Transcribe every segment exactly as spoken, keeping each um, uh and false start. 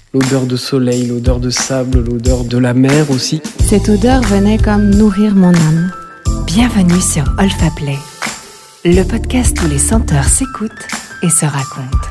L'odeur de soleil, l'odeur de sable, l'odeur de la mer aussi. Cette odeur venait comme nourrir mon âme. Bienvenue sur Olfaplay, le podcast où les senteurs s'écoutent et se racontent.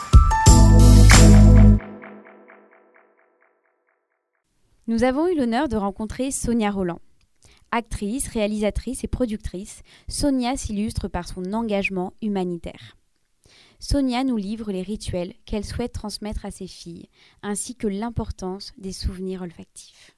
Nous avons eu l'honneur de rencontrer Sonia Rolland. Actrice, réalisatrice et productrice, Sonia s'illustre par son engagement humanitaire. Sonia nous livre les rituels qu'elle souhaite transmettre à ses filles, ainsi que l'importance des souvenirs olfactifs.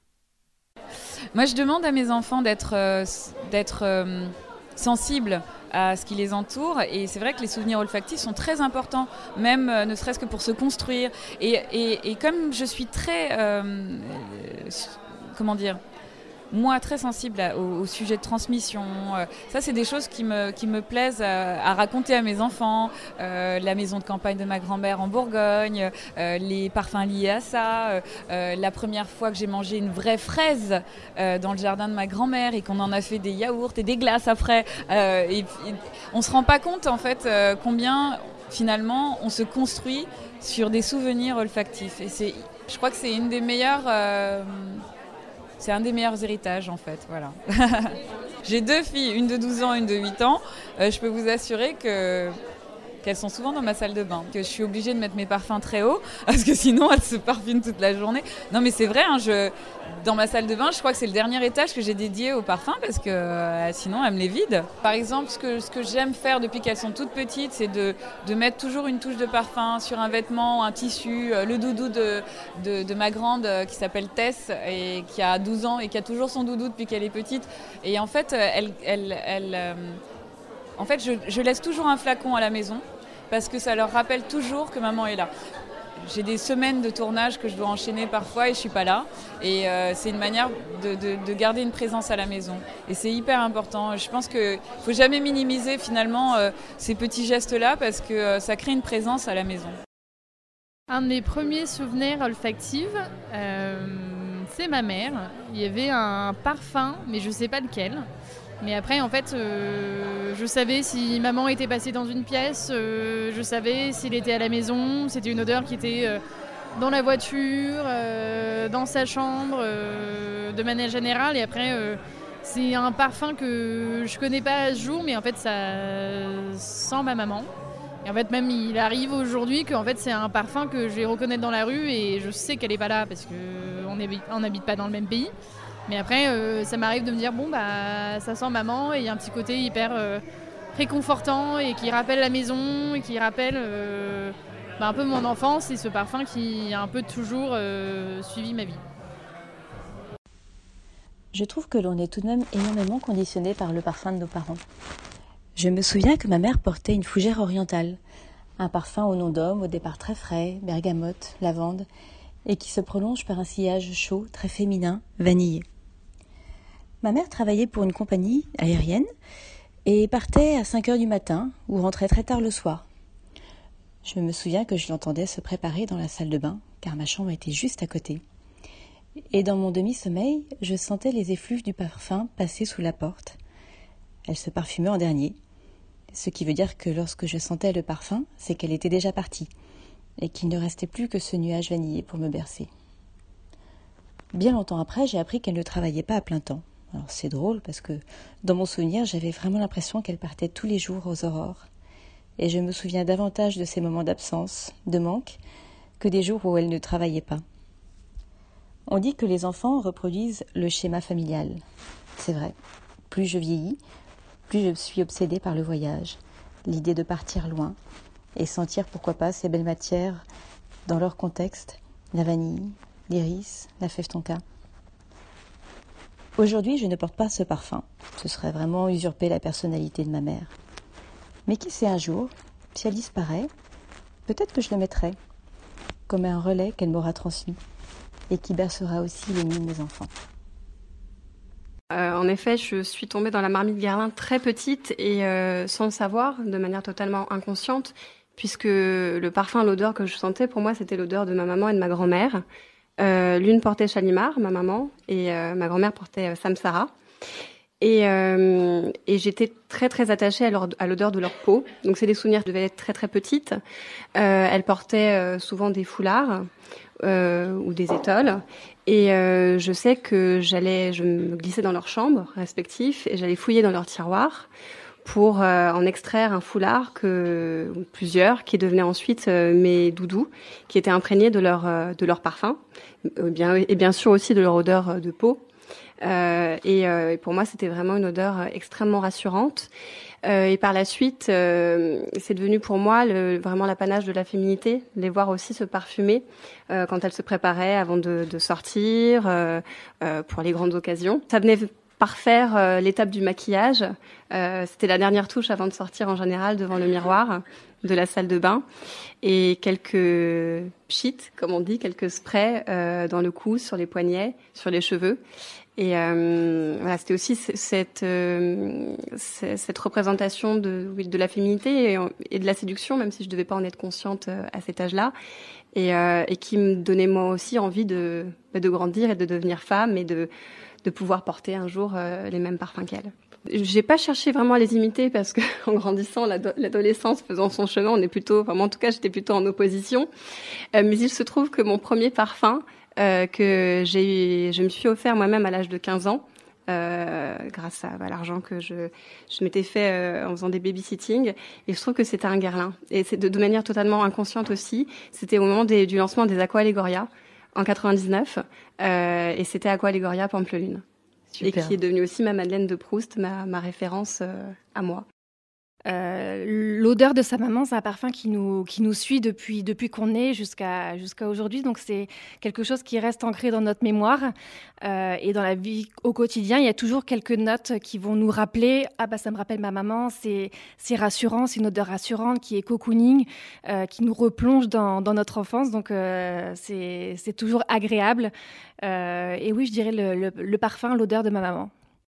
Moi, je demande à mes enfants d'être, euh, d'être euh, sensibles à ce qui les entoure, et c'est vrai que les souvenirs olfactifs sont très importants, même euh, ne serait-ce que pour se construire. Et, et, et comme je suis très, euh, euh, comment dire, moi très sensible à, au, au sujet de transmission, euh, ça c'est des choses qui me, qui me plaisent à, à raconter à mes enfants, euh, la maison de campagne de ma grand-mère en Bourgogne, euh, les parfums liés à ça, euh, euh, la première fois que j'ai mangé une vraie fraise euh, dans le jardin de ma grand-mère et qu'on en a fait des yaourts et des glaces après, euh, et, et on se rend pas compte en fait euh, combien finalement on se construit sur des souvenirs olfactifs, et c'est, je crois que c'est une des meilleures euh, C'est un des meilleurs héritages en fait, voilà. J'ai deux filles, une de douze ans, une de huit ans. Euh, je peux vous assurer que, qu'elles sont souvent dans ma salle de bain, que je suis obligée de mettre mes parfums très haut, parce que sinon elles se parfument toute la journée. Non mais c'est vrai, hein, je, dans ma salle de bain, je crois que c'est le dernier étage que j'ai dédié aux parfums, parce que euh, sinon elles me les vident. Par exemple, ce que, ce que j'aime faire depuis qu'elles sont toutes petites, c'est de, de mettre toujours une touche de parfum sur un vêtement, un tissu. Euh, le doudou de, de, de ma grande euh, qui s'appelle Tess, et qui a douze ans et qui a toujours son doudou depuis qu'elle est petite. Et en fait, elle, elle, elle, euh, en fait je, je laisse toujours un flacon à la maison, parce que ça leur rappelle toujours que maman est là. J'ai des semaines de tournage que je dois enchaîner parfois et je suis pas là. Et euh, c'est une manière de, de, de garder une présence à la maison. Et c'est hyper important. Je pense qu'il ne faut jamais minimiser finalement euh, ces petits gestes-là, parce que euh, ça crée une présence à la maison. Un de mes premiers souvenirs olfactifs, euh, c'est ma mère. Il y avait un parfum, mais je ne sais pas lequel. Mais après, en fait, euh, je savais si maman était passée dans une pièce, euh, je savais s'il était à la maison. C'était une odeur qui était euh, dans la voiture, euh, dans sa chambre, euh, de manière générale. Et après, euh, c'est un parfum que je connais pas à ce jour, mais en fait, ça sent ma maman. Et en fait, même, il arrive aujourd'hui qu'en fait, c'est un parfum que je vais reconnaître dans la rue et je sais qu'elle n'est pas là parce qu'on n'habite pas dans le même pays. Mais après, euh, ça m'arrive de me dire, bon, bah, ça sent maman, et il y a un petit côté hyper euh, réconfortant et qui rappelle la maison, et qui rappelle euh, bah, un peu mon enfance et ce parfum qui a un peu toujours euh, suivi ma vie. Je trouve que l'on est tout de même énormément conditionné par le parfum de nos parents. Je me souviens que ma mère portait une fougère orientale, un parfum au nom d'homme, au départ très frais, bergamote, lavande, et qui se prolonge par un sillage chaud, très féminin, vanillé. Ma mère travaillait pour une compagnie aérienne et partait à cinq heures du matin ou rentrait très tard le soir. Je me souviens que je l'entendais se préparer dans la salle de bain, car ma chambre était juste à côté. Et dans mon demi-sommeil, je sentais les effluves du parfum passer sous la porte. Elle se parfumait en dernier, ce qui veut dire que lorsque je sentais le parfum, c'est qu'elle était déjà partie et qu'il ne restait plus que ce nuage vanillé pour me bercer. Bien longtemps après, j'ai appris qu'elle ne travaillait pas à plein temps. Alors c'est drôle parce que dans mon souvenir, j'avais vraiment l'impression qu'elle partait tous les jours aux aurores. Et je me souviens davantage de ces moments d'absence, de manque, que des jours où elle ne travaillait pas. On dit que les enfants reproduisent le schéma familial. C'est vrai. Plus je vieillis, plus je suis obsédée par le voyage, l'idée de partir loin et sentir pourquoi pas ces belles matières dans leur contexte, la vanille, l'iris, la fève tonka. Aujourd'hui, je ne porte pas ce parfum. Ce serait vraiment usurper la personnalité de ma mère. Mais qui sait un jour, si elle disparaît, peut-être que je le mettrai, comme un relais qu'elle m'aura transmis et qui bercera aussi les nuits de mes enfants. Euh, en effet, je suis tombée dans la marmite Guerlain très petite et euh, sans le savoir, de manière totalement inconsciente, puisque le parfum, l'odeur que je sentais, pour moi, c'était l'odeur de ma maman et de ma grand-mère. Euh, l'une portait Chalimar, ma maman, et euh, ma grand-mère portait euh, Samsara. Et, euh, et j'étais très très attachée à, leur, à l'odeur de leur peau. Donc c'est des souvenirs, je devais être très très petite. Euh, elles portaient euh, souvent des foulards euh, ou des étoles. Et euh, je sais que j'allais, je me glissais dans leurs chambres respectives et j'allais fouiller dans leurs tiroirs pour euh, en extraire un foulard, que, ou plusieurs, qui devenaient ensuite euh, mes doudous, qui étaient imprégnés de leur, euh, de leur parfum, euh, bien, et bien sûr aussi de leur odeur de peau. Euh, et, euh, et pour moi, c'était vraiment une odeur extrêmement rassurante. Euh, et par la suite, euh, c'est devenu pour moi le, vraiment l'apanage de la féminité, les voir aussi se parfumer euh, quand elles se préparaient avant de, de sortir, euh, euh, pour les grandes occasions. Ça venait parfaire euh, l'étape du maquillage. Euh, c'était la dernière touche avant de sortir en général devant le miroir de la salle de bain. Et quelques pchits, comme on dit, quelques sprays euh, dans le cou, sur les poignets, sur les cheveux. Et euh, voilà, c'était aussi cette, euh, cette représentation de, oui, de la féminité et, et de la séduction, même si je devais pas en être consciente à cet âge-là, et, euh, et qui me donnait moi aussi envie de, de grandir et de devenir femme et de, de pouvoir porter un jour euh, les mêmes parfums qu'elle. J'ai pas cherché vraiment à les imiter parce que en grandissant, l'ado- l'adolescence faisant son chemin, on est plutôt, enfin, en tout cas, j'étais plutôt en opposition. Euh, mais il se trouve que mon premier parfum euh, que j'ai, je me suis offert moi-même à l'âge de quinze ans, euh, grâce à, à l'argent que je, je m'étais fait euh, en faisant des babysitting. Et je trouve que c'était un Guerlain. Et c'est de, de manière totalement inconsciente aussi. C'était au moment des, du lancement des Aqua Allegoria en quatre-vingt-dix-neuf, euh, et c'était Aqua Allegoria Pampelune. Super. Et qui est devenue aussi ma Madeleine de Proust, ma, ma référence euh, à moi. Euh, l'odeur de sa maman, c'est un parfum qui nous, qui nous suit depuis, depuis qu'on est jusqu'à, jusqu'à aujourd'hui. Donc, c'est quelque chose qui reste ancré dans notre mémoire. Euh, et dans la vie au quotidien, il y a toujours quelques notes qui vont nous rappeler « Ah, bah, ça me rappelle ma maman, c'est, c'est rassurant, c'est une odeur rassurante qui est cocooning, euh, qui nous replonge dans, dans notre enfance. » Donc, euh, c'est, c'est toujours agréable. Euh, et oui, je dirais le, le, le parfum, l'odeur de ma maman.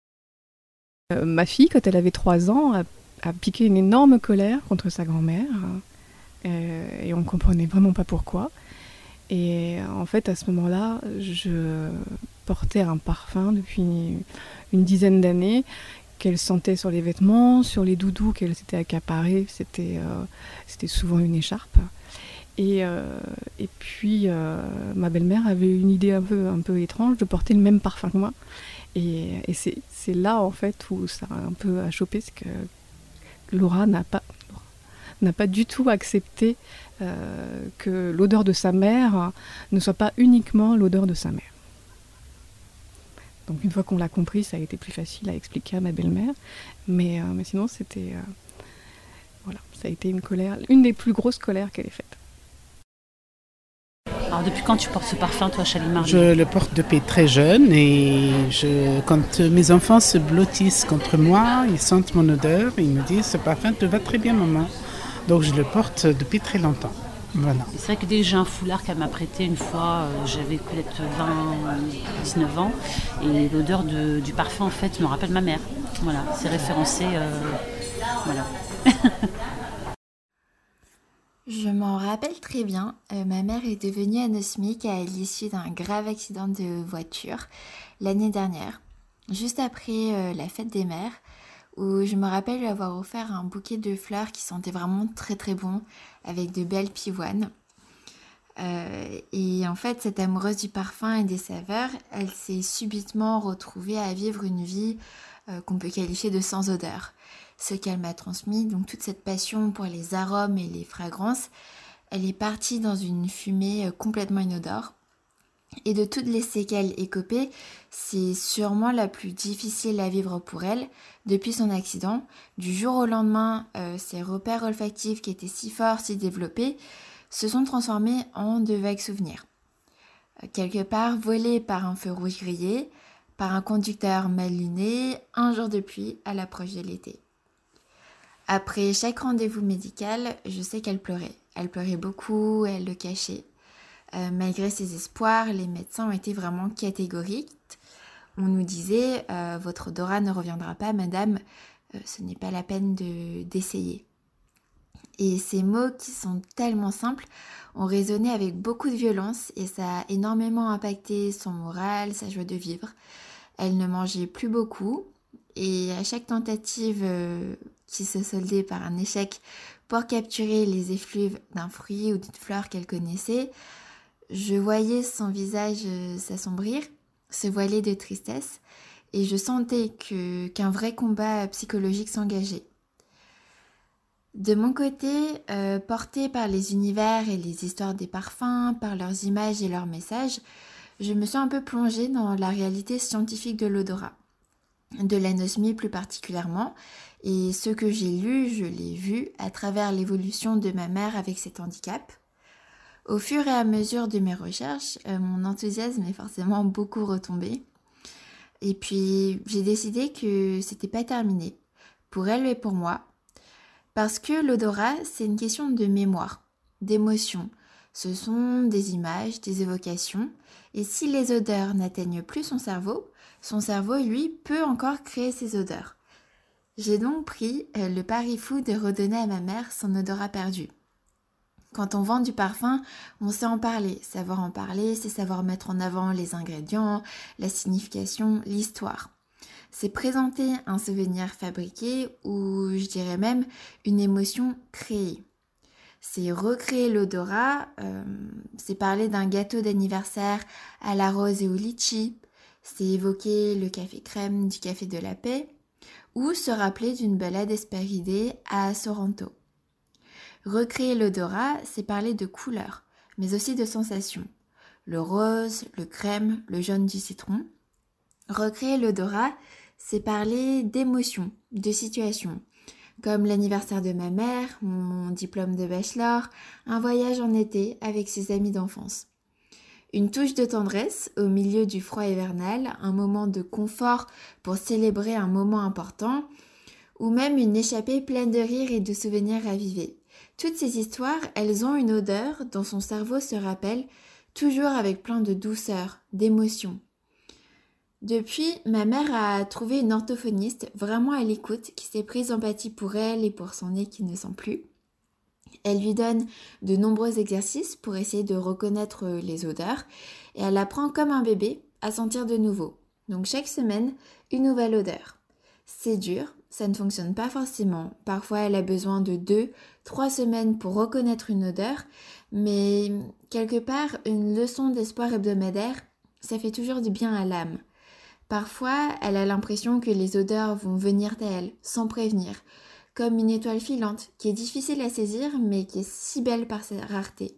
Euh, ma fille, quand elle avait trois ans, a a piqué une énorme colère contre sa grand-mère euh, et on ne comprenait vraiment pas pourquoi. Et en fait, à ce moment-là, je portais un parfum depuis une dizaine d'années qu'elle sentait sur les vêtements, sur les doudous qu'elle s'était accaparés. C'était, euh, c'était souvent une écharpe. Et, euh, et puis, euh, ma belle-mère avait une idée un peu, un peu étrange de porter le même parfum que moi. Et, et c'est, c'est là, en fait, où ça a un peu achoppé, c'est que Laura n'a pas, n'a pas du tout accepté euh, que l'odeur de sa mère ne soit pas uniquement l'odeur de sa mère. Donc une fois qu'on l'a compris, ça a été plus facile à expliquer à ma belle-mère. Mais, euh, mais sinon, c'était... Euh, voilà, ça a été une colère, une des plus grosses colères qu'elle ait faites. Alors depuis quand tu portes ce parfum, toi, Chalimar ? Je le porte depuis très jeune et je, quand mes enfants se blottissent contre moi, ils sentent mon odeur et ils me disent « ce parfum te va très bien, maman ». Donc je le porte depuis très longtemps. Voilà. C'est vrai que dès que j'ai un foulard qu'elle m'a prêté une fois, euh, j'avais peut-être vingt, dix-neuf ans, et l'odeur de, du parfum en fait me rappelle ma mère. Voilà, c'est référencé. Euh, voilà. Je m'en rappelle très bien, euh, ma mère est devenue anosmique à l'issue d'un grave accident de voiture l'année dernière, juste après euh, la fête des mères, où je me rappelle lui avoir offert un bouquet de fleurs qui sentait vraiment très très bon, avec de belles pivoines. Euh, et en fait, cette amoureuse du parfum et des saveurs, elle s'est subitement retrouvée à vivre une vie euh, qu'on peut qualifier de sans odeur. Ce qu'elle m'a transmis, donc toute cette passion pour les arômes et les fragrances, elle est partie dans une fumée complètement inodore. Et de toutes les séquelles écopées, c'est sûrement la plus difficile à vivre pour elle depuis son accident. Du jour au lendemain, euh, ses repères olfactifs qui étaient si forts, si développés, se sont transformés en de vagues souvenirs. Euh, quelque part volés par un feu rouge grillé, par un conducteur mal luné, un jour de pluie à l'approche de l'été. Après chaque rendez-vous médical, je sais qu'elle pleurait. Elle pleurait beaucoup, elle le cachait. Euh, malgré ses espoirs, les médecins ont été vraiment catégoriques. On nous disait euh, « Votre odorat ne reviendra pas, madame, euh, ce n'est pas la peine de, d'essayer ». Et ces mots qui sont tellement simples ont résonné avec beaucoup de violence et ça a énormément impacté son moral, sa joie de vivre. Elle ne mangeait plus beaucoup Et à chaque tentative euh, qui se soldait par un échec pour capturer les effluves d'un fruit ou d'une fleur qu'elle connaissait, je voyais son visage euh, s'assombrir, se voiler de tristesse, et je sentais que, qu'un vrai combat psychologique s'engageait. De mon côté, euh, portée par les univers et les histoires des parfums, par leurs images et leurs messages, je me suis un peu plongée dans la réalité scientifique de l'odorat, de l'anosmie plus particulièrement, et ce que j'ai lu, je l'ai vu à travers l'évolution de ma mère avec cet handicap. Au fur et à mesure de mes recherches, euh, mon enthousiasme est forcément beaucoup retombé. Et puis, j'ai décidé que c'était pas terminé, pour elle et pour moi, parce que l'odorat, c'est une question de mémoire, d'émotion. Ce sont des images, des évocations, et si les odeurs n'atteignent plus son cerveau, son cerveau, lui, peut encore créer ces odeurs. J'ai donc pris euh, le pari fou de redonner à ma mère son odorat perdu. Quand on vend du parfum, on sait en parler. Savoir en parler, c'est savoir mettre en avant les ingrédients, la signification, l'histoire. C'est présenter un souvenir fabriqué ou, je dirais même, une émotion créée. C'est recréer l'odorat, euh, c'est parler d'un gâteau d'anniversaire à la rose et au litchi, c'est évoquer le café crème du café de la paix, ou se rappeler d'une balade Hespéridée à Sorrento. Recréer l'odorat, c'est parler de couleurs, mais aussi de sensations. Le rose, le crème, le jaune du citron. Recréer l'odorat, c'est parler d'émotions, de situations, comme l'anniversaire de ma mère, mon diplôme de bachelor, un voyage en été avec ses amis d'enfance. Une touche de tendresse au milieu du froid hivernal, un moment de confort pour célébrer un moment important, ou même une échappée pleine de rire et de souvenirs ravivés. Toutes ces histoires, elles ont une odeur dont son cerveau se rappelle, toujours avec plein de douceur, d'émotion. Depuis, ma mère a trouvé une orthophoniste vraiment à l'écoute, qui s'est prise empathie pour elle et pour son nez qui ne sent plus. Elle lui donne de nombreux exercices pour essayer de reconnaître les odeurs et elle apprend comme un bébé à sentir de nouveau. Donc chaque semaine, une nouvelle odeur. C'est dur, ça ne fonctionne pas forcément. Parfois, elle a besoin de deux, trois semaines pour reconnaître une odeur, mais quelque part, une leçon d'espoir hebdomadaire, ça fait toujours du bien à l'âme. Parfois, elle a l'impression que les odeurs vont venir à elle, sans prévenir, comme une étoile filante qui est difficile à saisir, mais qui est si belle par sa rareté.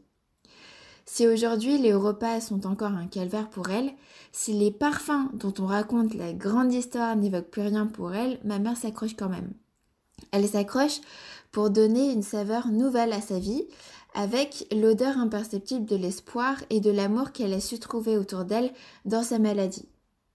Si aujourd'hui les repas sont encore un calvaire pour elle, si les parfums dont on raconte la grande histoire n'évoquent plus rien pour elle, ma mère s'accroche quand même. Elle s'accroche pour donner une saveur nouvelle à sa vie, avec l'odeur imperceptible de l'espoir et de l'amour qu'elle a su trouver autour d'elle dans sa maladie.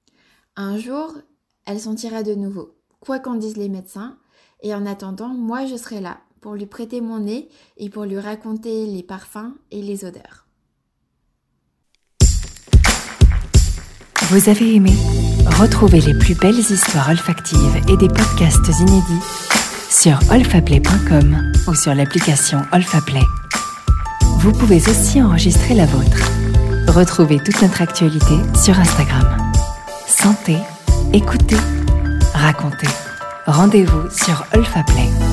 Un jour, elle sentira de nouveau, quoi qu'en disent les médecins, et en attendant, moi je serai là pour lui prêter mon nez et pour lui raconter les parfums et les odeurs. Vous avez aimé? Retrouvez les plus belles histoires olfactives et des podcasts inédits sur olfaplay point com ou sur l'application Olfaplay. Vous pouvez aussi enregistrer la vôtre. Retrouvez toute notre actualité sur Instagram. Sentez, écoutez, racontez. Rendez-vous sur Olfaplay.